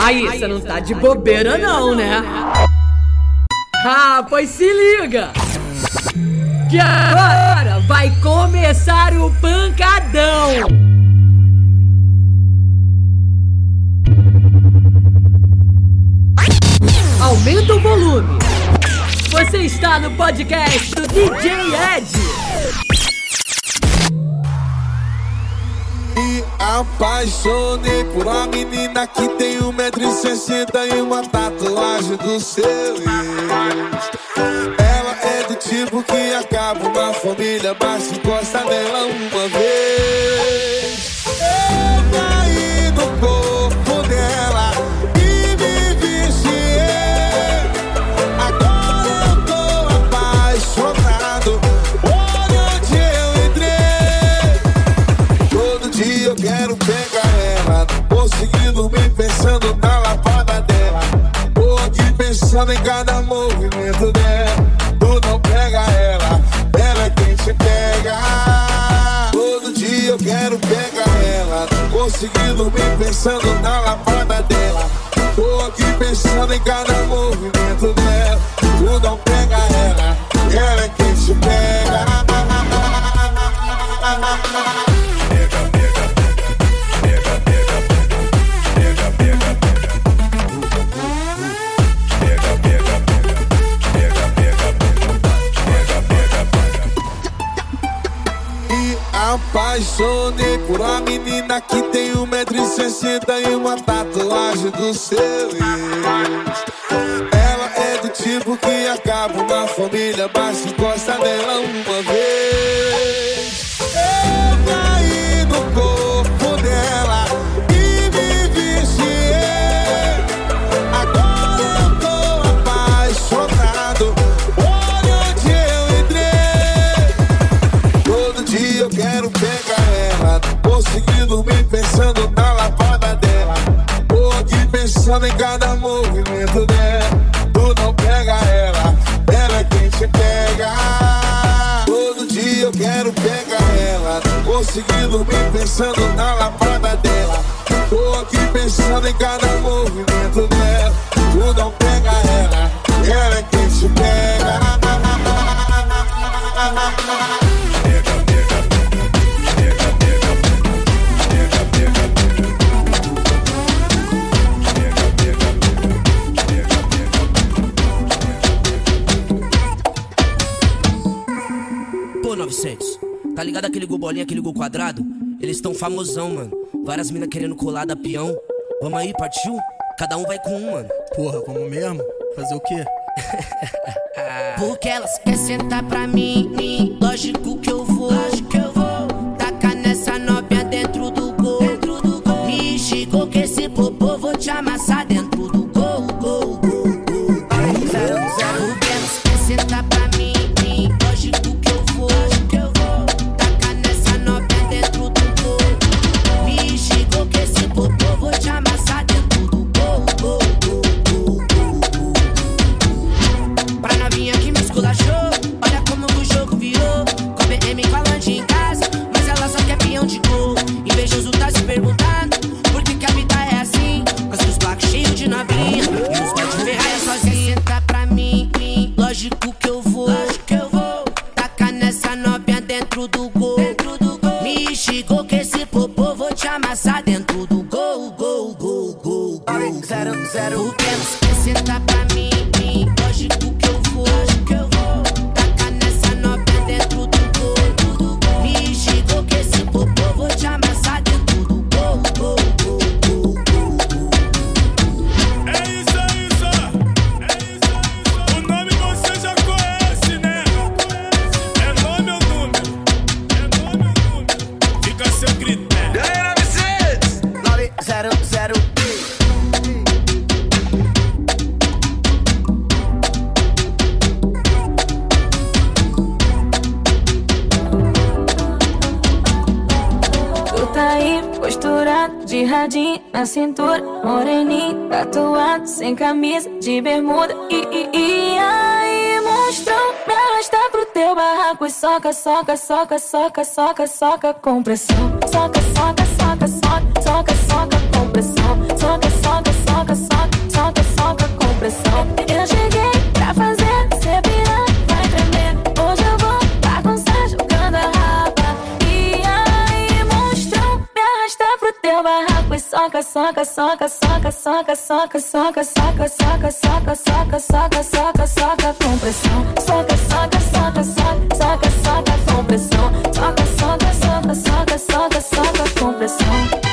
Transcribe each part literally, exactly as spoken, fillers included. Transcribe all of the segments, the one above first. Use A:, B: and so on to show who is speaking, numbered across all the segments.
A: Aí, você não tá de bobeira não, né? Ah, pois se liga! Que agora vai começar o pancadão! Aumenta o volume! Você está no podcast do D J Ed!
B: Me apaixonei por uma menina que tem um metro e sessenta e uma tatuagem do seu ex. Ela é do tipo que acaba uma família, basta encosta nela uma vez. Eu caí no corpo dela e me viciei. Agora eu tô apaixonado. Olha onde eu entrei. Todo dia eu quero pegar ela. Tô seguindo me pensando na lapada dela. Tô aqui pensando em cada movimento dela. Tu não pega ela, ela é quem te pega. Todo dia eu quero pegar ela. Tô seguindo me pensando na lapada dela. Tô aqui pensando em cada movimento dela. Tu não pega ela, ela é quem te pega. Apaixonei por uma menina que tem um metro e sessenta e uma tatuagem do seu ex. Ela é do tipo que acaba uma família, basta encosta nela uma vez. Eu caí no corpo dela e me viciei. Agora eu tô apaixonado. Olha onde eu entrei. Todo dia eu quero pegar ela. Tô seguindo me pensando na lapada dela. Tô aqui pensando em cada movimento dela. Tu não pega ela, ela é quem te pega. Todo dia eu quero pegar ela. Tô seguindo me pensando na lapada dela. Tô aqui pensando em cada movimento dela. Tu não pega ela, ela é quem te pega.
C: novecentos, tá ligado aquele gol bolinha, aquele gol quadrado? Eles tão famosão, mano. Várias minas querendo colar da peão. Vamos aí, partiu? Cada um vai com um, mano.
D: Porra, vamos mesmo? Fazer o quê?
C: Porque elas querem sentar pra mim. Lógico que eu vou. Lógico que eu vou. Tacar nessa novinha dentro do gol. Dentro do gol. Me chegou que esse popô vou te amassar dentro do gol. Gol, gol, gol. Zero, zero. Porque elas querem sentar pra mim. Lógico que eu vou. Lógico que eu vou. Tacar nessa novinha dentro do gol. Me chegou que esse popô vou te amassar dentro do gol. Gol, gol, gol, gol, gol. Pra novinha que me esculachou, olha como o jogo virou. Com a B M falante em casa, mas ela só quer peão de gol. Invejoso tá se perguntando por que que a vida é assim. Com seus placos cheios de novinha e os botes de ferrari sozinha. Senta pra mim, lógico que eu vou. Lógico que eu vou. Tacar nessa novinha dentro do gol. Dentro do gol. Me chegou que esse popô vou te amassar dentro do gol. Gol, gol, gol, gol. Zero, zero. Porque você senta pra mim. Lógico que eu vou, lógico que eu vou. Tacar nessa novinha dentro do gol, do gol. Me chegou que esse popô vou te amassar dentro do gol, gol, gol, gol, gol.
E: É isso, é isso, é isso, é isso. O nome você já conhece, né? É nome ou número? É nome ou número? Fica a seu critério.
F: E aí, novecentos?
C: nove zero zero.
G: Tá aí, posturado, de radinho na cintura, moreninho, tatuado, sem camisa, de bermuda. E, e, e aí, monstrão, me arrasta pro teu barraco e soca, soca, soca, soca, soca, soca com pressão. Soca, soca, soca, soca, soca, soca com pressão. Soca, soca, soca, soca, soca, soca, soca, soca, soca, soca, soca, soca, soca, soca, soca, soca, com pressão. Soca, soca, soca, soca, soca, soca, com pressão. Soca, soca, soca, soca, soca, soca, com pressão.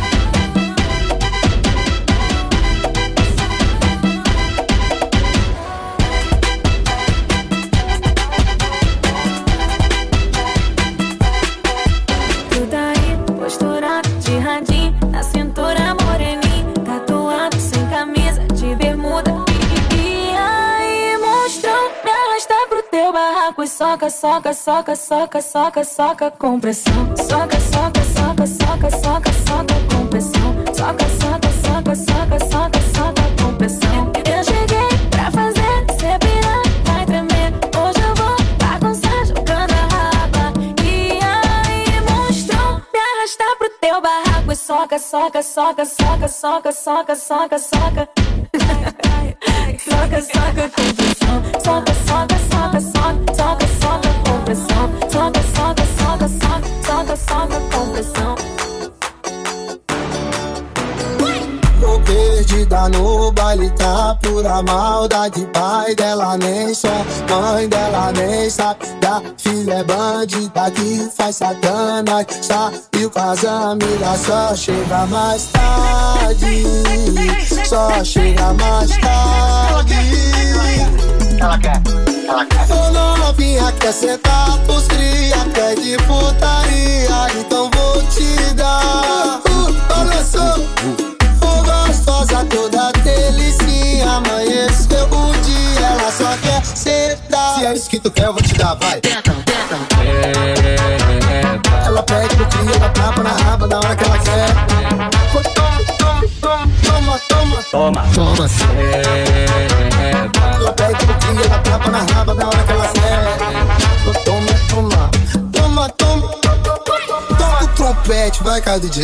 G: Na cintura moreninha, tatuado sem camisa, de bermuda. E, e aí, monstrão, me arrasta pro teu barraco e soca, soca, soca, soca, soca, soca, com pressão. Soca, soca, soca, soca, soca, soca, com pressão. Soca, soca, soca, soca, soca, soca, com pressão. Eu cheguei pra fazer cê pirar, vai tremer. Hoje eu vou bagunçar jogando a raba. E aí, monstrão, me arrasta pro teu barraco e soca, soca, soca, soca, soca, soca, soca, soca. Soca, soca, com pressão. Soca, soca, soca, soca, soca, soca, com pressão. Soca, soca, soca, soca, soca, soca, com pressão.
F: Perdida no baile, tá pura maldade. Pai dela nem só, mãe dela nem sabe. Da filha é bandida que faz sacanagem. Saiu com as amigas, só chega mais tarde. Só chega mais tarde. Ela quer, ela quer. Ô novinha, quer sentar pros cria, quer de putaria, então vou te dar. Uh, balançou. Gostosa, toda delicinha, amanheceu o dia, ela só quer sentar. Se é isso que tu quer, eu vou te dar, vai. Tenta, tenta. Ela pede pro cria, dá tapa na raba na hora que ela quer. Toma, toma, toma, toma, toma, ela pede pro cria, dá tapa na raba na hora que ela quer. Toma, toma, toma, toma. Toca o trompete, vai, cara, D J.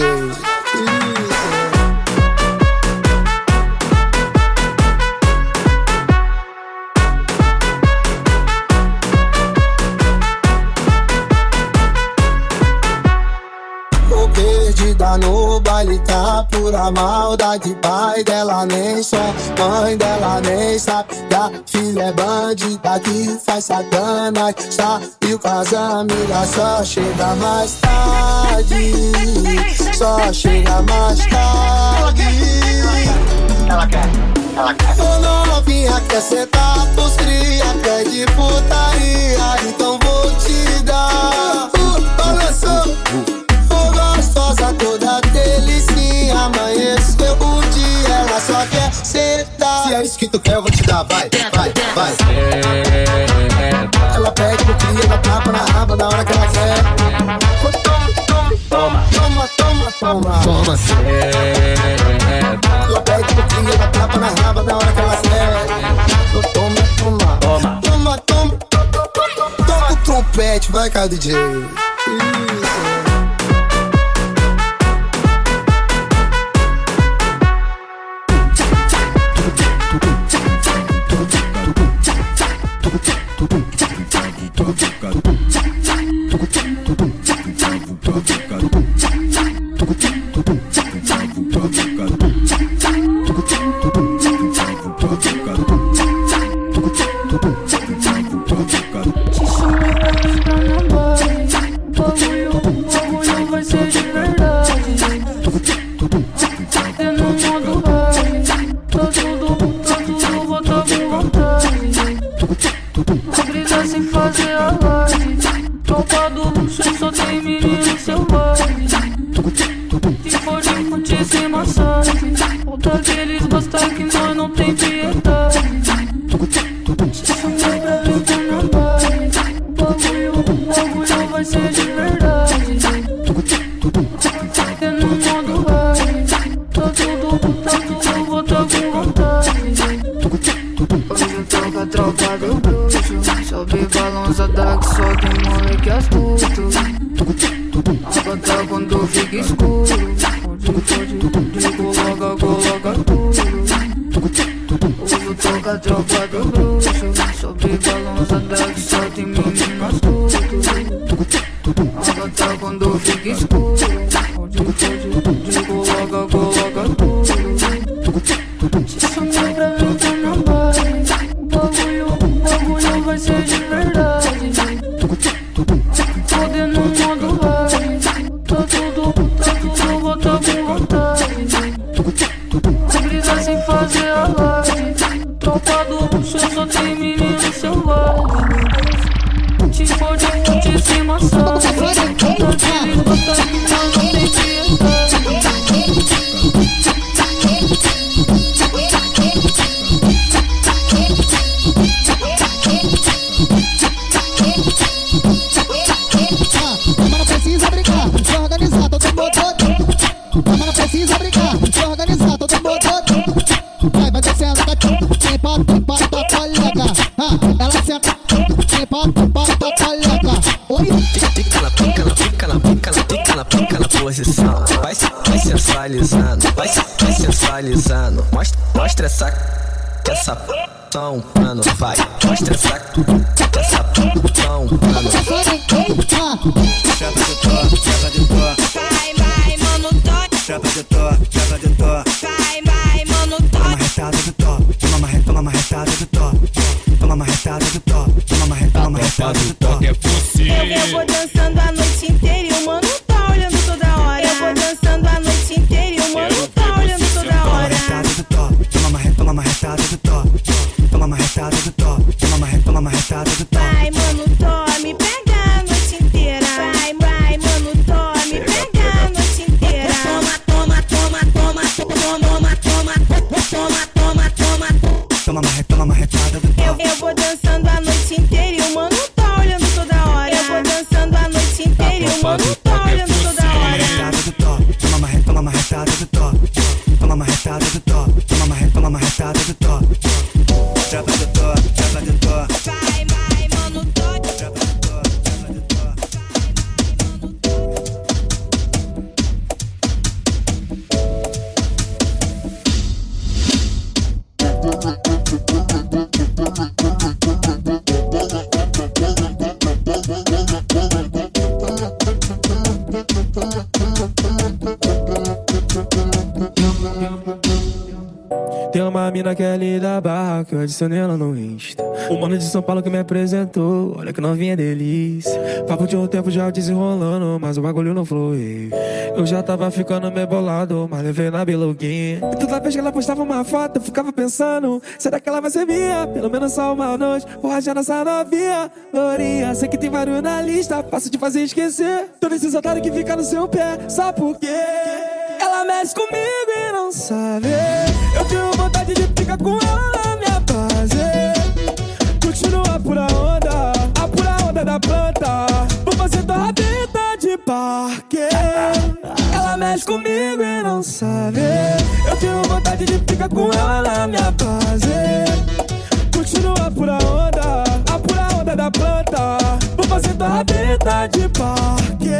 F: Perdida no baile, tá pura maldade. Pai dela nem só, mãe dela nem sabe. Da filha é bandida que faz sacanagem. Saiu com as amigas, só chega mais tarde. Só chega mais tarde. Ela quer, ela quer. Ô novinha, quer sentar pros cria, quer de putaria, então vou te dar. Uh, balançou. Gostosa, toda delicinha, amanheceu o dia, ela só quer sentar. Se é isso que tu quer, eu vou te dar, vai, vai, vai. Ela pede pro cria, dá tapa na raba na hora que ela quer. Toma, toma, toma, toma, toma. Ela pede pro cria, dá tapa na raba na hora que ela quer. Toma, toma, toma, toma. Toca o trompete, vai, cara, D J.
H: Sobe balançada que só tem moleque astuto. A gata quando fica escuro, pode, pode, pode, coloca, coloca tudo. Uso toca a tropa do bruxo. Sobe balançada que só tem menino astuto. A gata quando fica escuro, pode, pode, pode, coloca, coloca tudo.
F: bota, bota palhaca. Oi.
I: Fica na, fica na, fica na, fica na, fica na, fica na posição. Vai, vai sensualizando, vai, vai sensualizando. Mostra, mostra essa, essa só um pano, vai. Mostra essa, essa só um pano.
C: Chapa de tó, chapa de tó. Vai, vai, mano, tó. Chapa de tó, chapa de tó. Vai, vai, mano, tó. Toma marretada de tó, toma marretada, toma marretada de tó. Toma marretada de tó, toma marretada, toma marretada de tó.
J: Eu, eu vou dançando a noite inteira e o mano tá olhando toda hora. Eu vou dançando a noite inteira e o mano tá olhando toda hora.
C: Toma marretada, toma marretada de tó. Toma marretada de tó, toma marretada, toma marretada de tó.
J: Vai, mano, tó, me pega a noite inteira. Vai, vai, mano, tó, me pega a noite inteira.
C: Toma, toma, toma, toma, toma, toma, toma, toma, toma, toma. Toma marretada, toma marretada de tó.
J: Eu, eu vou dançando a noite inteira e o mano tá olhando toda hora. Eu vou dançando a noite inteira e o mano tá olhando toda hora.
C: Toma marretada, toma marretada de tó. Toma marretada de tó, toma marretada, toma marretada de tó. Chapa de tó, chapa de tó.
J: Vai, vai, mano, tó.
C: Chapa de tó, chapa de tó.
K: Tem uma mina que é ali da barra, que eu adicionei ela no Insta. O mano de São Paulo que me apresentou, olha que novinha delícia. Papo de um tempo já desenrolando, mas o bagulho não flui. Eu já tava ficando meio bolado, mas levei na biluguinha. E toda vez que ela postava uma foto, eu ficava pensando, será que ela vai ser minha? Pelo menos só uma noite, vou rajar nessa novinha. Lourinha, sei que tem vários na lista, fácil de fazer esquecer. Todo esse otário que fica no seu pé, sabe por quê? Ela mexe comigo e não sabe. Eu tenho vontade de ficar com ela na minha base. Continua pura onda, a pura onda da planta. Vou fazer tua rabita de parque. Ela mexe comigo e não sabe. Eu tenho vontade de ficar com ela na minha base. Continua pura onda, a pura onda da planta. Vou fazer tua rabita de parque.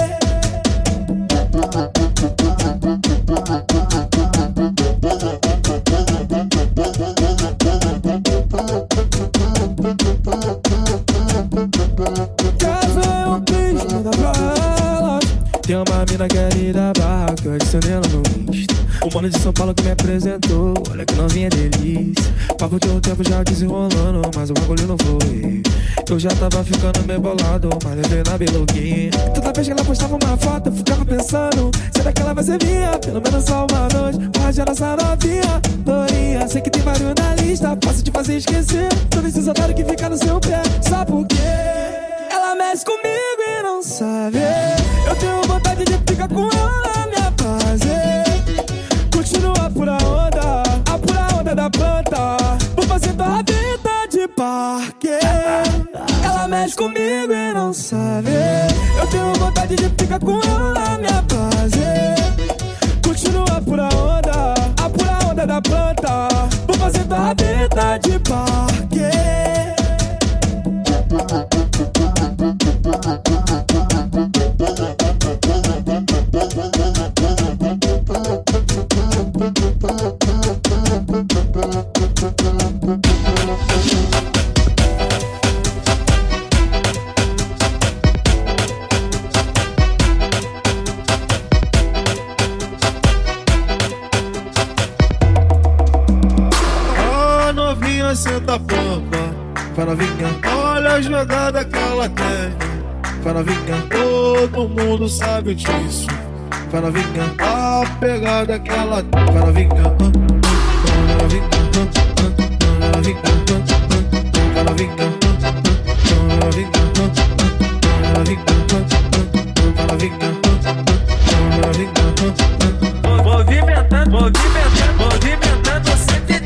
K: Tem uma mina que é ali da barra, que eu adicionei ela no Insta. O mano de São Paulo que me apresentou, olha que novinha delícia. Papo de um tempo já desenrolando, mas o bagulho não foi. Eu já tava ficando meio bolado, mas levei na biluguinha. Toda vez que ela postava uma foto, eu ficava pensando, será que ela vai ser minha? Pelo menos só uma noite, vou rajar essa novinha. Lourinha, sei que tem vários na lista, fácil de fazer esquecer. Todo esse otário que fica no seu pé, sabe por quê? Ela mexe comigo e não sabe. Eu tenho vontade de ficar com ela na minha base. Continua pura onda, a pura onda da planta. Vou fazer tua rabita de parque. Ela mexe comigo e não sabe. Eu tenho vontade de ficar com ela na minha base. Continua pura onda, a pura onda da planta. Vou fazer tua rabita de parque.
L: A novinha senta a pampa, vai novinha, olha a jogada que ela tem. Vai novinha, todo mundo sabe disso. Vai novinha, a pegada que ela tem. Vai novinha, vai novinha, vai novinha, vai novinha, vai novinha, vai novinha, vai novinha. Movimentando, movimentando, movimentando você.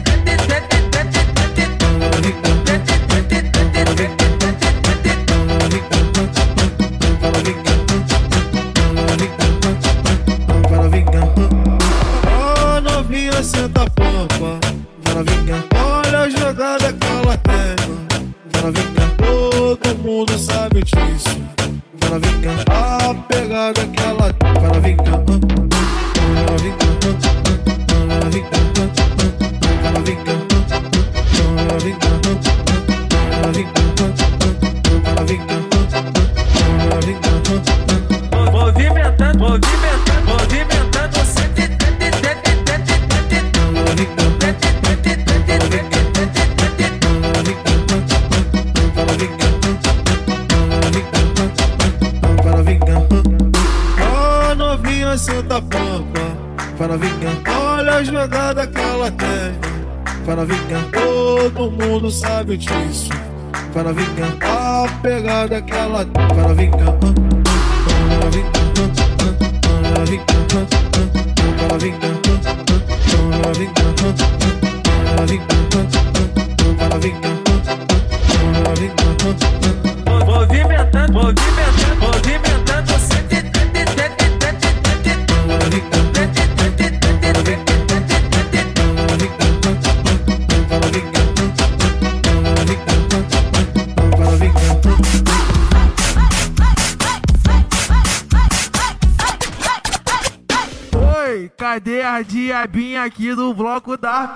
L: A novinha senta a pampa, vai novinha, olha a jogada que ela tem. Vai novinha, todo mundo sabe disso. Vai novinha, a pegada que ela tem. Vai novinha, vai novinha, vai novinha, vai novinha, vai novinha, vai novinha, vai novinha.
K: Movimentando, movimentando, movimentando você.
L: Ó novinha, senta pampa. Vai novinha, olha a jogada que ela tem. Vai novinha, todo mundo sabe disso. Vai novinha, a pegada que ela tem. Vai novinha, vai novinha, vai novinha, vai novinha, vai novinha, vai novinha,
K: Movimentando, movimentando, movimentando você.
M: Oi, cadê a diabinha aqui do bloco da...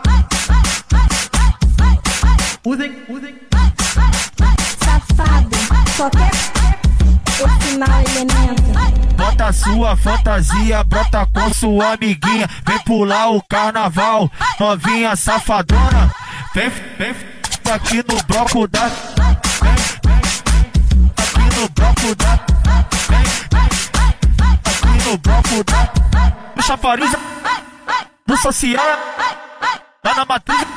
M: Usem, usem.
J: Safado, só quer esse mau elemento.
N: Bota sua fantasia, brota com sua amiguinha. Vem pular o carnaval, novinha safadona. Vem, vem aqui no bloco da... Vem, vem, aqui no bloco da... Vem, vem, aqui no bloco da... No chafariza, no social, lá na matriz.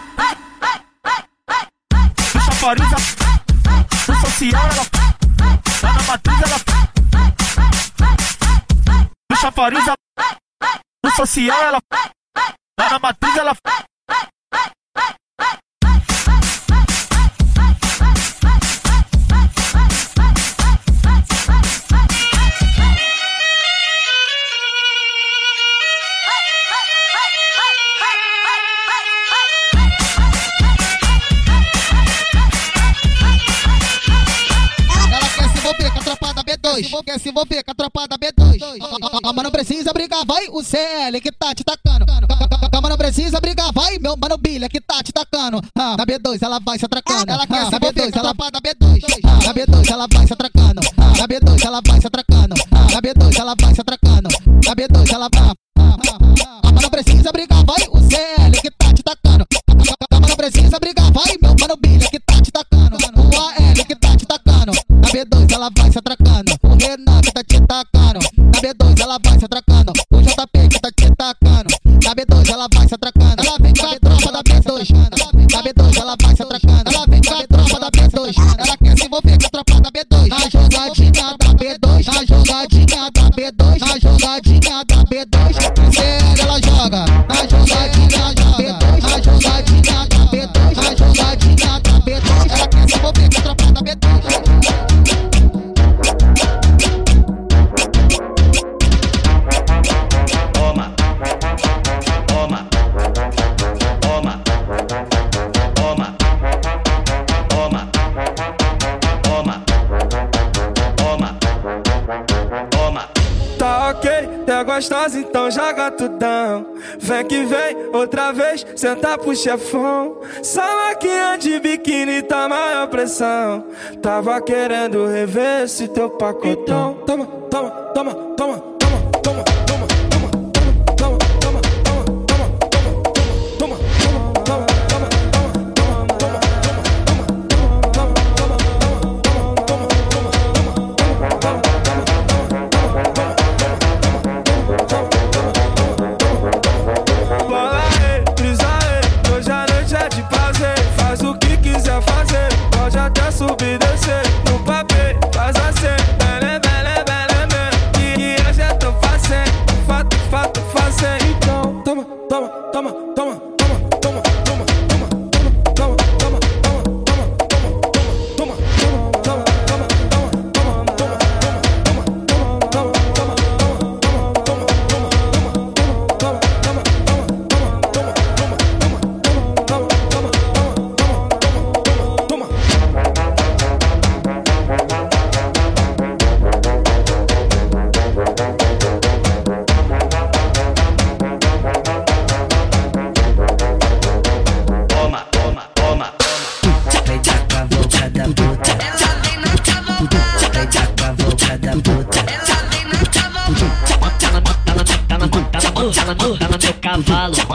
N: No chafariza, no social, ela... Lá na matriz ela... No chafariza, no social ela... Lá na matriz ela...
O: Quer se envolver com a tropa da B dois. Calma, não precisa brigar, vai o C L que tá te tacando. Calma, não precisa brigar, vai meu mano Bilha que tá te tacando. Na B dois ela vai se atracando. Ela quer se envolver com a tropa da B dois. Na B dois ela vai se atracando. Na B dois ela vai se atracando. Na B dois ela vai se atracando. Na B dois ela vai. Calma, não precisa brigar, vai o C L que tá te tacando. Calma, não precisa brigar, vai meu mano Bilha que tá te tacando. O A L que tá te tacando. Na B dois ela vai se atracando. O Renan que tá te tacando. Na B dois ela vai se atracando. O J P que tá te tacando. Na B dois ela vai se atracando. Ela vem com a tropa da B dois. Na B dois ela vai se atracando. Ela vem com a tropa da B dois. Ela quer se envolver com a tropa da B dois. Na jogadinha da B dois. Na jogadinha da B dois. Na jogadinha da B dois. C L ela joga. Na jogadinha da B dois. Na jogadinha da B dois. Na jogadinha da B dois. Ela quer se envolver com a tropa da B dois.
K: É gostosa, então joga tudão. Vem que vem, outra vez, senta pro chefão. Salaquinha de biquíni, tá maior pressão. Tava querendo rever esse teu pacotão. Toma, toma, toma, toma, toma, toma, toma, toma, toma, toma, toma, toma, subir e descer no papel, faz assim, bele, bele, bele, bele. E hoje é tão fácil, fato, fato, fácil. Então, toma, toma, toma, toma, toma, toma, toma, toma, toma, toma, toma, toma, toma,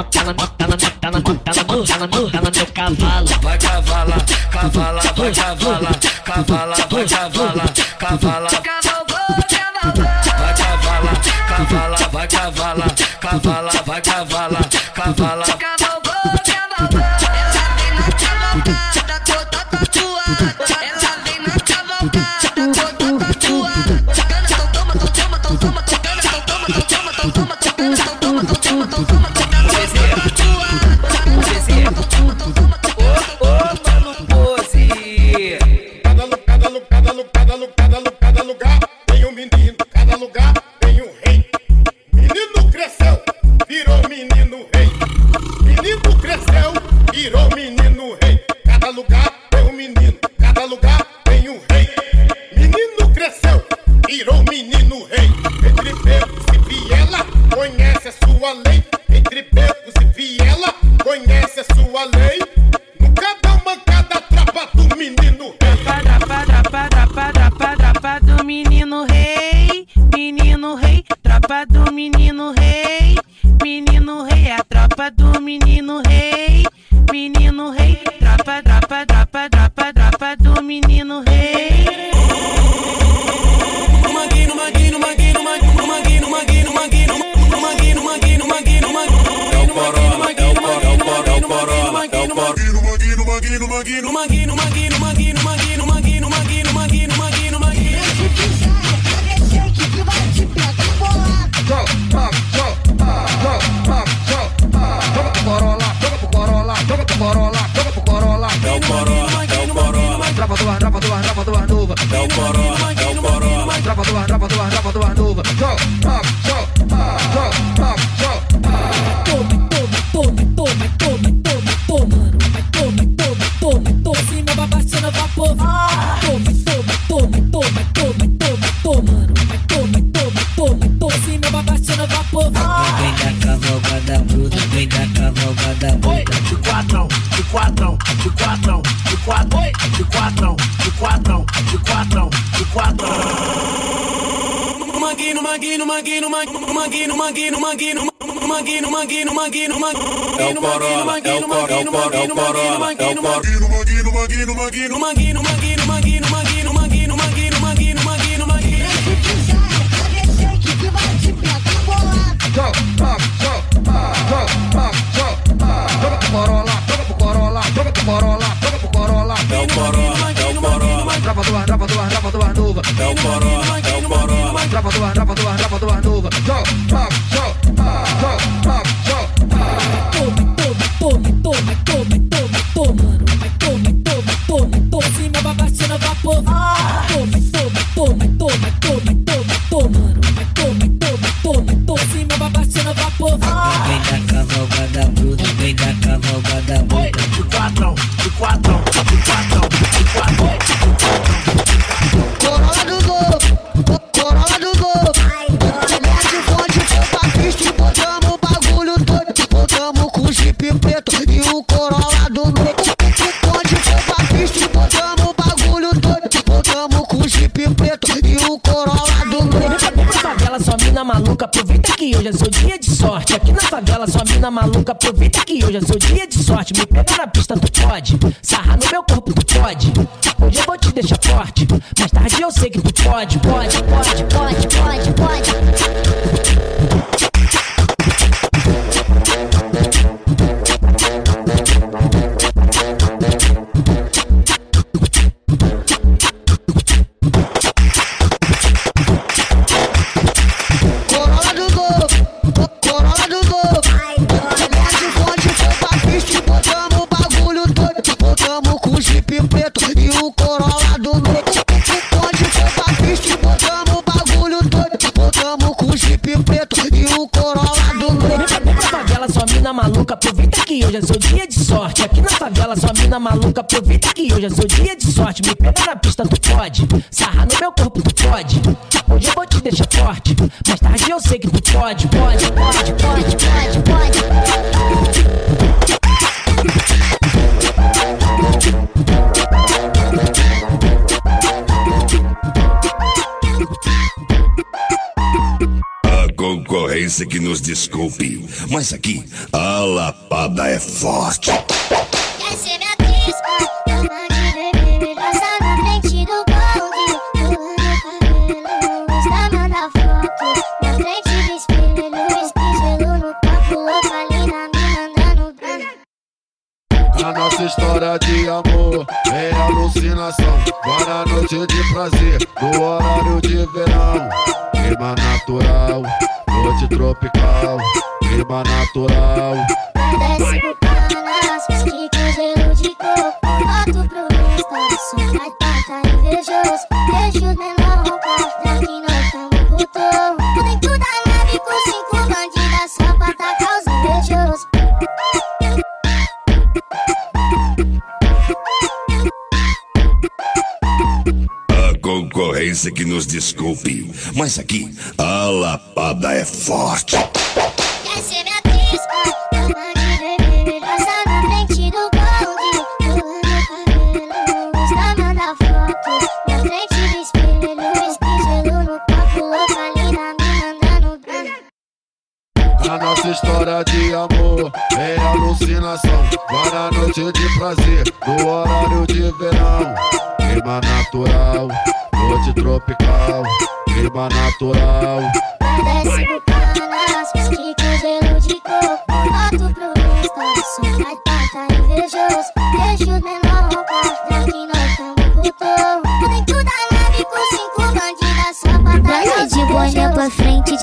C: monta na monta na monta na monta na monta na monta no meu cavalo.
P: Vai cavala, cavala, vai cavala, cavala, vai cavala, cavala. Vai cavala, cavala, vai cavala, cavala, vai cavala, cavala.
E: Cada lugar tem um menino, cada lugar tem um rei. Menino cresceu, virou menino rei. Menino cresceu, virou menino rei. Cada lugar tem um menino, cada lugar tem um rei. Menino cresceu, virou menino rei. Entre becos e viela, conhece a sua lei. Entre becos e viela, conhece a sua lei. Nunca dá mancada, tropa do menino rei.
J: Trapa, trapa, trapa, trapa, trapa do menino rei. Menino rei, tropa do menino rei. Menino rei, a tropa do menino rei. Menino rei, tropa, tropa, tropa, tropa, tropa do menino rei.
P: Maguino, maguino, maguino, maguino, maguino, maguino, maguino, maguino, maguino, maguino, maguino. É o Corolla, é o Corolla, é o Corolla, é o Corolla, é o Corolla. Maguino, maguino, maguino, maguino, maguino, maguino, maguino, maguino, maguino, maguino, maguino, maguino.
E: Joga pro Corolla, joga pro Corolla, joga pro Corolla, joga pro Corolla.
P: É o Corolla, é o Corolla.
E: Trapa do ar, trapa do ar, trapa do ar nova.
P: É o Corolla, é o Corolla.
E: Trapa do ar, trapa do ar, trapa do ar nova. Joga, joga, joga, joga.
A: Toma, toma, toma, toma, toma, toma, mano. Vai toma, toma, toma, toma, cima vai baixando vapor. Toma, toma, toma, toma, toma, toma, toma, mano. Vai toma, toma, toma, toma, cima vai baixando vapor.
C: Vem da cavalgada bruta, vem da cavalgada bruta.
P: De quatrão, de quatrão, de quatrão, de quatrão, de quatrão, de quatrão, de quatrão, de quatrão. Maguino, maguino, maguino, maguino, maguino, maguino, maguino, maguino, maguino, maguino, maguino. É o Corolla, é o Corolla, é o Corolla, é o Corolla, é o Corolla. Maguino, maguino, maguino, maguino, maguino, maguino, maguino, maguino, maguino, maguino, maguino, maguino.
E: Joga, joga, joga pro Corolla, joga pro Corolla, joga pro Corolla, joga pro Corolla.
P: É o Corolla, é o Corolla.
E: Trapa do ar, trapa do ar, trapa do ar nova.
P: É o Corolla, é o Corolla.
E: Trapa do ar, trapa do ar, trapa do ar nova. Joga, joga, joga, joga.
A: Toma, toma, toma, toma, toma, toma, mano. Vai toma, toma, toma, toma, cima vai baixando vapor. Toma, toma, toma, toma, toma, toma, toma, mano. Vai toma, toma, toma, toma, cima vai baixando vapor.
C: Vem da cavalgada bruta, vem da cavalgada bruta.
P: De quatrão, de quatrão, de quatrão, de quatrão.
O: Corolla do gol, Corolla do gol. Mete fonte, foi pra pista e botamos o bagulho todo. Botamos com o Jeep preto e o Corolla do gol. Fonte, foi pra pista e botamos o bagulho todo. Botamos com o Jeep preto e o Corolla do gol.
A: Na favela só mina maluca, aproveita que hoje é seu dia de sorte. Aqui na favela só mina maluca, aproveita que hoje é seu dia de sorte. Me pega na pista, tu pode, sarra no meu corpo, tu pode. Hoje eu vou te deixar forte, mais tarde eu sei que tu pode, pode, pode, pode, pode, pode.
O: Corolla do gol, Corolla do gol. Mete fonte, foi pra pista e botamos o bagulho todo. Botamos com o Jeep preto e o Corolla do gol. Fonte, foi pra pista e botamos o bagulho todo. Botamos com o Jeep preto e o Corolla do gol.
A: Na favela só mina maluca, aproveita que hoje é seu dia de sorte. Aqui na favela só mina maluca, aproveita que hoje é seu dia de sorte. Me pega na pista, tu pode, sarra no meu corpo, tu pode. Hoje eu vou te deixar forte, mais tarde eu sei que tu pode, pode, pode, pode, pode, pode.
Q: A concorrência concorrência que nos desculpe, mas aqui a lapada é forte.
R: Quer ser minha atriz? Toma de bebê, passa na frente do bonde. Pulando cabelo, está manda foto. Na frente do espelho, espelho no copo. Louca ali na mina, andando branco.
L: A nossa história de amor é alucinação. Para noite de prazer, no horário de verão. Clima natural, noite tropical. Clima natural.
R: Desce pro Paraná, que com gelo de coco. Boto pro Insta, som vai tata invejoso. Deixa os menor roubar, daqui nós tamo pro touro. Tô dentro da nave com cinco bandidas só pra atacar os invejosos.
Q: A concorrência que nos desculpe, mas aqui a lapada é forte.
R: Quer ser minha atriz? Toma de bebê, passa na frente do bonde. Pulando cabelo, está manda foto. Na frente do espelho, espelho no copo. Louca ali na mina, andando branco.
L: A nossa história de amor é alucinação. Para noite de prazer, no horário de verão. Clima natural, noite tropical. Clima natural.
R: Desce pro Paraná, que com gelo de coco. Boto pro Insta, som vai tata invejoso. Deixa os menor roubar, daqui nós tamo pro touro. Tô dentro da nave com cinco bandidas só pra atacar os
C: de boné pra frente,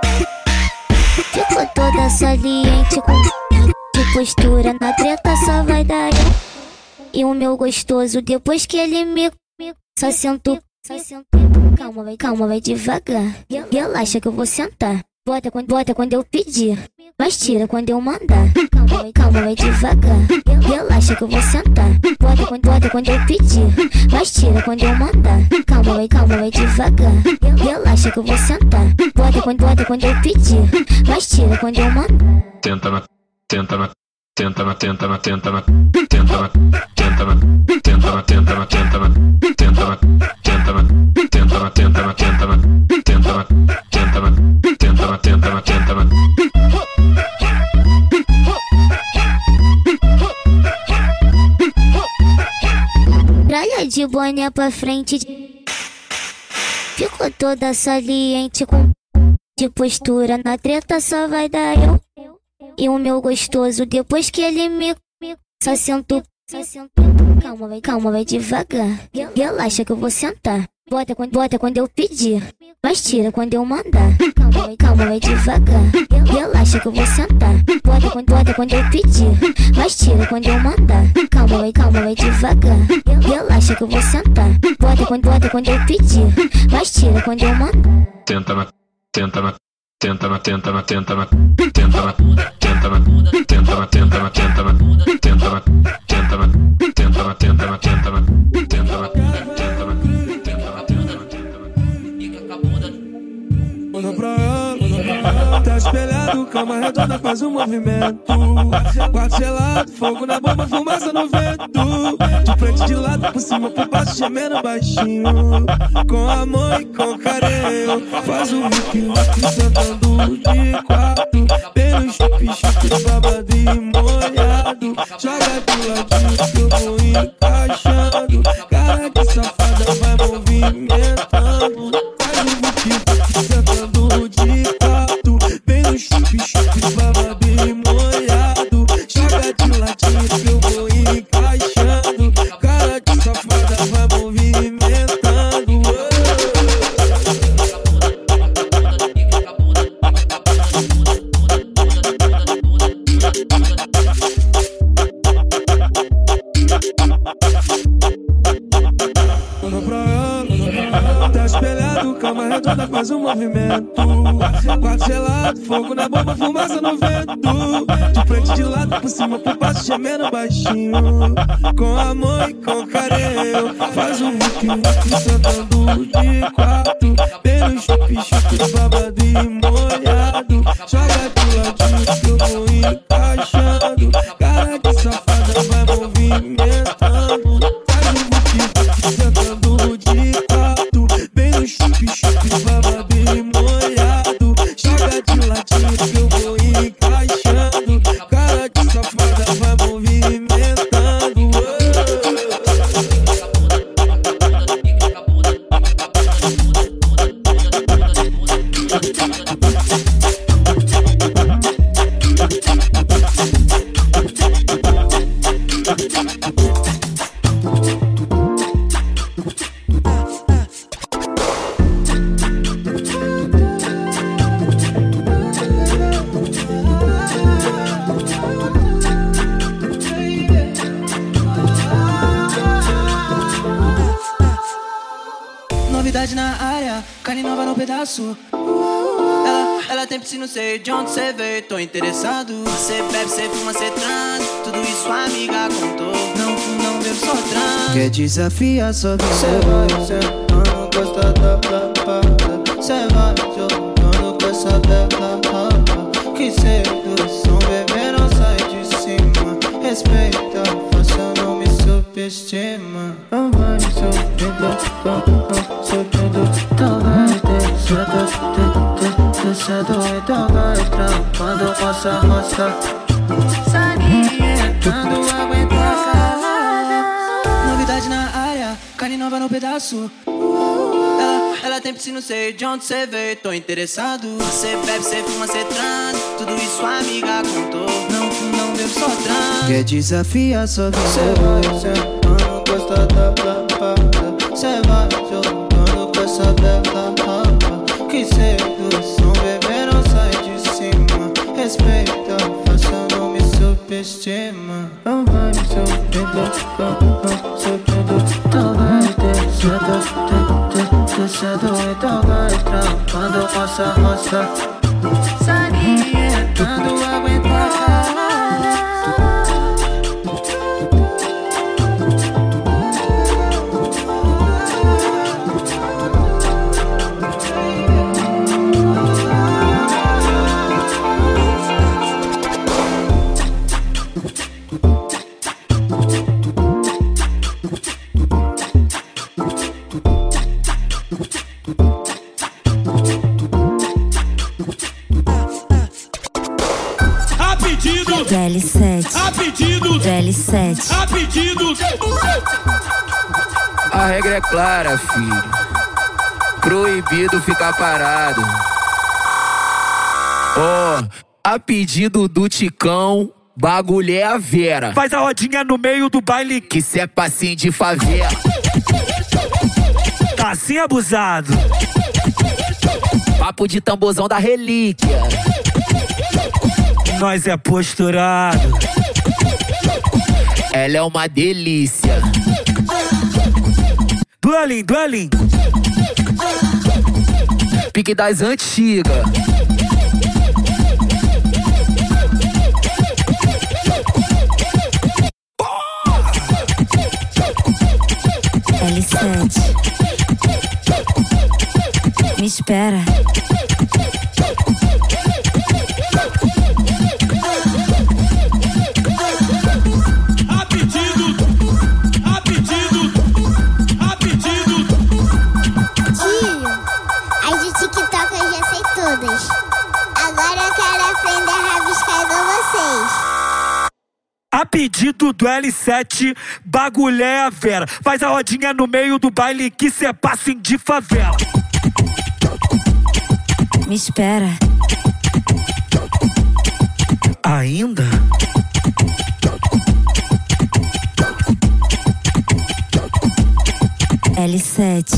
C: ficou toda saliente com de postura. Na treta só vai dar eu e o meu gostoso. Depois que ele me, me só sentou, só sentou. Calma, vai, calma, vai devagar. Relaxa que eu vou sentar. Bota quando, bota quando eu pedir, mas tira quando eu mandar. Calma, vai, calma, vai devagar. Relaxa que eu vou sentar. Bota quando, bota quando eu pedir, mas tira quando eu mandar. Calma, vai, calma, vai devagar. Relaxa que eu vou sentar. Bota quando, bota quando eu pedir, mas tira quando eu mandar.
S: Tenta na, tenta na, tenta na, tenta na, tenta na, tenta na, tenta na, tenta na, tenta na, tenta na, tenta na, tenta na, tenta na, tenta na, tenta na, tenta na, tenta na, tenta na, tenta na, tenta na.
C: Praia de boné pra frente, ficou toda saliente com de postura. Na treta só vai dar eu e o meu gostoso. Depois que ele me, me só sentou, só sentou. Calma, vai, calma, vai devagar. Relaxa que eu vou sentar. Bota quando, bota quando eu pedir, mas tira quando eu mandar. Calma, vai, calma, vai devagar. Relaxa que eu vou sentar. Bota quando, bota quando eu pedir, mas tira quando eu mandar. Calma, vai, calma, vai devagar. Relaxa que eu vou sentar. Bota quando, bota quando eu pedir, mas tira quando eu mandar.
S: Tenta na, tenta na, tenta na, tenta na, tenta na, tenta na, tenta na, tenta na, tenta na, tenta na, tenta na, tenta na, tenta na, tenta na, tenta na, tenta na, tenta na.
K: Manda pra ela, tá espelhado, cama redonda, faz um movimento. Quarto gelado, fogo na bomba, fumaça no vento. De frente, de lado, por cima, por baixo, gemendo baixinho. Com amor e com carinho, faz o vique-vique, sentando de quatro. Bem no chupi-chupi, babado e molhado. Joga de ladinho que eu vou encaixando. Cara de safada vai movimentando. Faz o vique-vique, sentando de quatro. Bem no chupi-chupi, babado e molhado. Joga de ladinho que eu vou encaixando. Cara de safada vai movimentando. Manda pra ela, tá espelhado, cama redonda, faz um movimento. Quarto gelado, fogo na bomba, fumaça no vento. De frente, de lado, por cima, por baixo, gemendo baixinho. Com amor e com carinho, faz um vique-vique, sentando de quatro. Bem no chupi-chupi, babado e molhado. Joga de ladinho que eu vou encaixando. Cara de safada vai movimentando. Faz um vique-vique, sentando de quatro. Bem no chupi-chupi, babado e molhado. Joga de ladinho
T: Novidade na área, carne nova no pedaço. Ela, ela tem piscina, não sei de onde cê veio, tô interessado. Cê bebe, cê fuma, cê transa, tudo isso a amiga contou. Não fumo, não bebo, só transa. Quer desafiar, só que cê vai sentando, gosta da papada. Cê vai jogando com essa bela rapa. Que sedução, bebê não sai de cima. Respeita, faça, não me subestima. Não vai me subestimar, subestimar. Então vai descendo, descendo. Então vai trampando, roça, roça. Salientando, aguentar. Novidade na área, carne nova no pedaço. Ela, ela tem piscina, não sei de onde cê veio, tô interessado. Cê bebe, cê fuma, cê transa, tudo isso a amiga contou. Não fumo, não bebo, só transa. Quer desafiar, só que cê vai sentando, gosta da papada. Cê vai jogando com essa bela rapa. Que sedução, bebê não sai de cima. Respeita, faça, não me subestima. Não vai me subestimar, subestimar. Então vai descendo, descendo. Então vai trampando, roça, roça. Salientando, aguentar.
U: Do L sete,
E: A pedido,
U: do L sete,
E: a pedido.
V: A regra é clara, filho. Proibido ficar parado. Ó, oh, a pedido do Ticão, bagulho é a Vera.
W: Faz a rodinha no meio do baile,
V: que cê é passinho de favela.
W: Tá assim abusado.
V: Papo de tamborzão da relíquia.
W: Nós é posturado.
V: Ela é uma delícia.
W: Duelinho, duelinho.
V: Pique das antigas.
U: L sete. Me espera.
R: Agora eu quero aprender a rabiscar igual vocês.
W: A pedido do L sete, bagulho é a Vera. Faz a rodinha no meio do baile, que cê é passinho de favela.
U: Me espera.
W: Ainda?
U: L sete.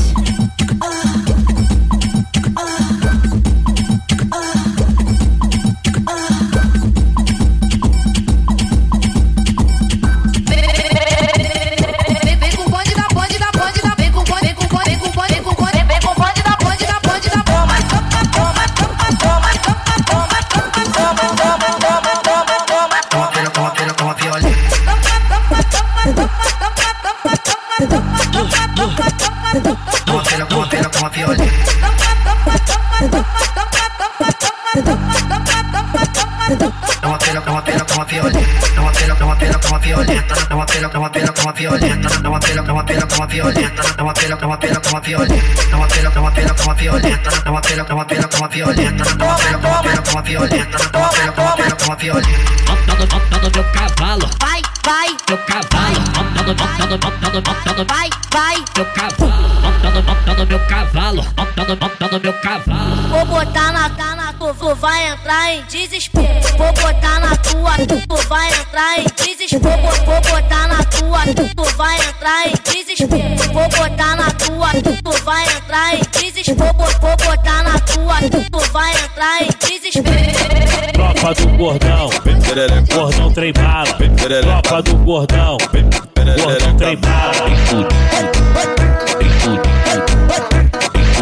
A: Meu cavalo,
C: vai, vai,
A: meu cavalo, montando, montando, montando, montando,
C: vai, vai,
A: meu cavalo, montando, montando, meu cavalo, montando, montando, meu cavalo.
C: Vou botar na cana, tu, tu vai entrar em desespero. Vou botar na tua, tu, tu vai entrar em desespero. Vou, vou botar na tua, tu, tu vai entrar em desespero. Vou botar na tua, tu, tu vai entrar em desespero. Vou, vou botar na tua, tu, tu vai entrar em desespero.
W: Tropa do gordão, gordão trem bala. Tropa do gordão, gordão trem bala.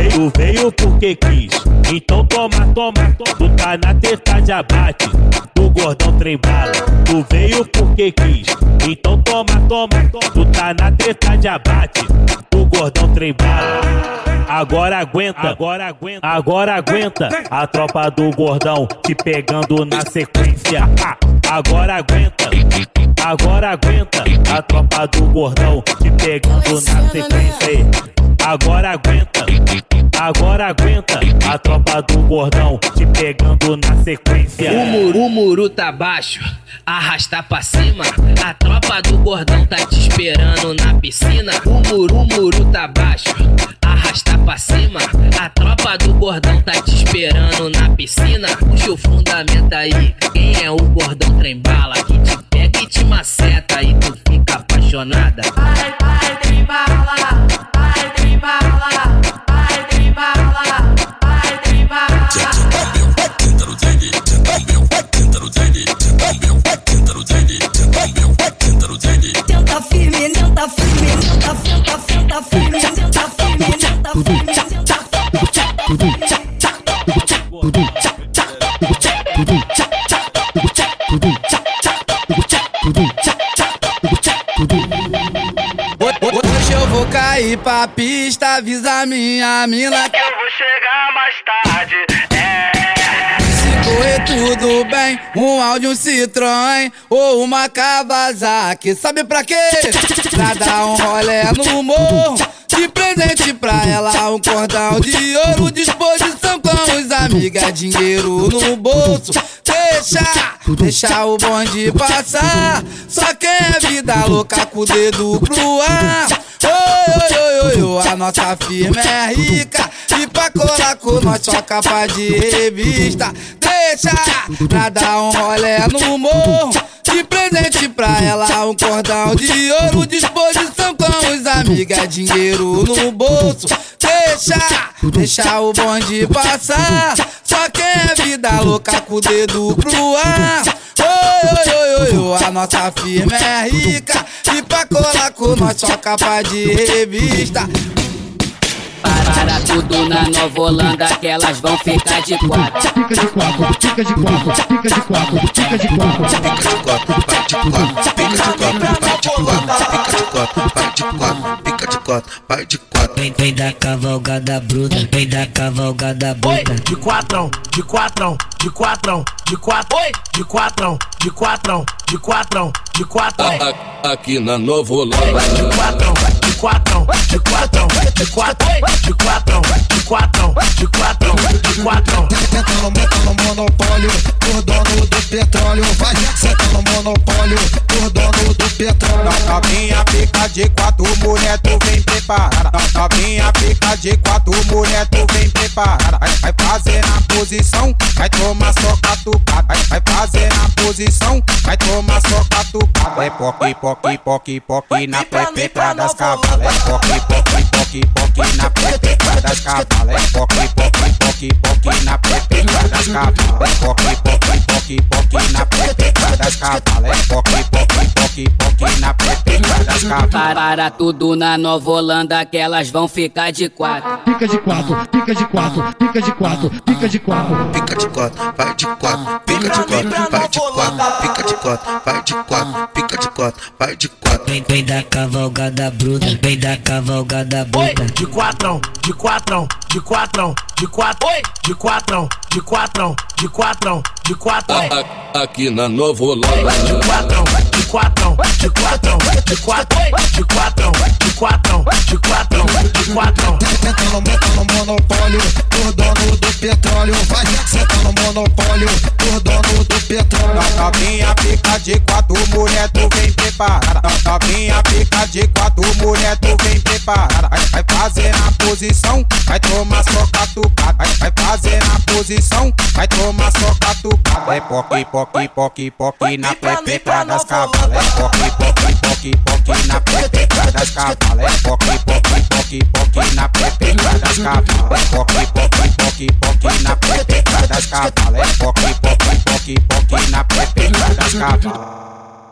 B: veio, veio porque quis. Então toma, toma, tu tá na teta de abate do gordão trem bala. Tu veio porque quis. Então toma, toma, tu tá na teta de abate do gordão trem bala. Agora aguenta, agora aguenta, agora aguenta a tropa do gordão te pegando na sequência. Agora aguenta, agora aguenta a tropa do gordão te pegando na sequência. Agora aguenta, agora aguenta a tropa do gordão te pegando na sequência.
C: O muru, o muru tá baixo, arrasta pra cima. A tropa do gordão tá te esperando na piscina. O muru, o muru tá baixo, arrasta pra cima. A tropa do gordão tá te esperando na piscina. Puxa o fundamento aí, quem é o gordão trem bala? Que te pega e te maceta e tu fica apaixonada.
J: Vai, vai, trem bala, vai, trem bala, vai, trem bala, vai, trem bala.
P: Tenta no dele, tenta no meu, tenta no dele, tenta no meu, tenta no dele, tenta no meu, tenta no dele.
U: Tenta firme, tenta firme, tenta, tenta, tenta firme, tenta firme, tenta firme,
D: Hoje eu vou cair pra pista, avisa minha mina que eu vou chegar mais tarde. É. Se correr tudo bem, um áudio, um Citroën ou uma Kawasaki. Sabe pra quê? Pra dar um rolê no morro. De presente pra ela um cordão de ouro. Disposição com os amigas, dinheiro no bolso. Deixa, deixa o bonde passar. Só quem é vida louca com o dedo pro ar. Oi, oi, oi, oi, a nossa firma é rica. E pra colar com nós só capa de revista. Deixa, pra dar um rolê no morro. De presente pra ela um cordão de ouro. Disposição com os amigas, dinheiro no bolso. Deixa, deixa o bonde passar. Só quem é vida louca com o dedo pro ar. Oi, oi, oi, oi, a nossa firma é rica. E pra colar com nós só capa de revista.
C: Para tudo na Nova Holanda que elas vão ficar de quatro.
L: Fica de quatro, fica de quatro, fica de quatro, fica de quatro.
P: Fica de quatro, vai de quatro, fica de quatro, vai de quatro, fica de quatro, vai de quatro, fica de quatro, vai de quatro.
U: Vem, vem da cavalgada bruta, vem da cavalgada bruta.
B: De quatrão, de quatrão, de quatrão, de quatro, de quatrão, de quatrão, de quatrão, de quatrão.
P: Aqui na Nova Holanda.
B: De quatrão, de quatrão, de quatrão, de quatro, de quatrão, de quatrão, de quatrão, de quatrão.
L: Senta no, bota no monopólio, por dono do petróleo. Vai, senta no monopólio, por dono do petróleo.
G: Novinha pica de quatro, mulher, tu vem preparada. Novinha pica de quatro, mulher, tu vem preparada. Vai, vai fazer na posição, vai tomar só catucada. Vai, vai fazer na posição, vai tomar só catucada. É poque, poque, poque, poque na pepeca das cavalas. É poque, poque, poque, poque na pepeca das cavalas. É poque, poque, poque, poque na pepeca das cavalas. É poque, poque, poque, poque na pepeca das cavalas. É poque, poque, poque, poque na pepeca das cavalas.
C: Para tudo na Nova Holanda que elas vão ficar de quatro.
L: Fica de quatro, fica de quatro, fica de quatro, fica de quatro.
P: Fica de quatro, vai de quatro, fica de quatro, vai de quatro, fica de quatro, vai de quatro, fica de quatro, vai de quatro.
U: Vem, vem da cavalgada bruta, vem da cavalgada bruta.
B: De quatrão, de quatrão, de quatrão, de quatro, de quatrão, de quatrão, de quatrão, de quatrão.
P: Aqui na Nova Holanda.
B: De quatrão, de quatrão, de quatrão, de quatro, de quatrão, de quatrão, de quatrão, de quatrão.
L: Senta no, bota no monopólio, por dono do petróleo. Vai, senta no monopólio, por dono do petróleo.
G: Novinha pica de quatro, mulher, tu vem preparada. Novinha pica de quatro, mulher, tu vem preparada. Vai, vai fazer na posição, vai tomar só catucada. Vai, vai fazer na posição, vai tomar só catucada. É poque, poque, poque, poque na pepeca das cavalas. É poque, poque, poque, poque na pepeca das cavalas. É poque, poque, poque, poque na pepeca das cavalas. É poque, poque, poque, poque na pepeca das cavalas. É poque, poque, poque, poque na pepeca das cavalas.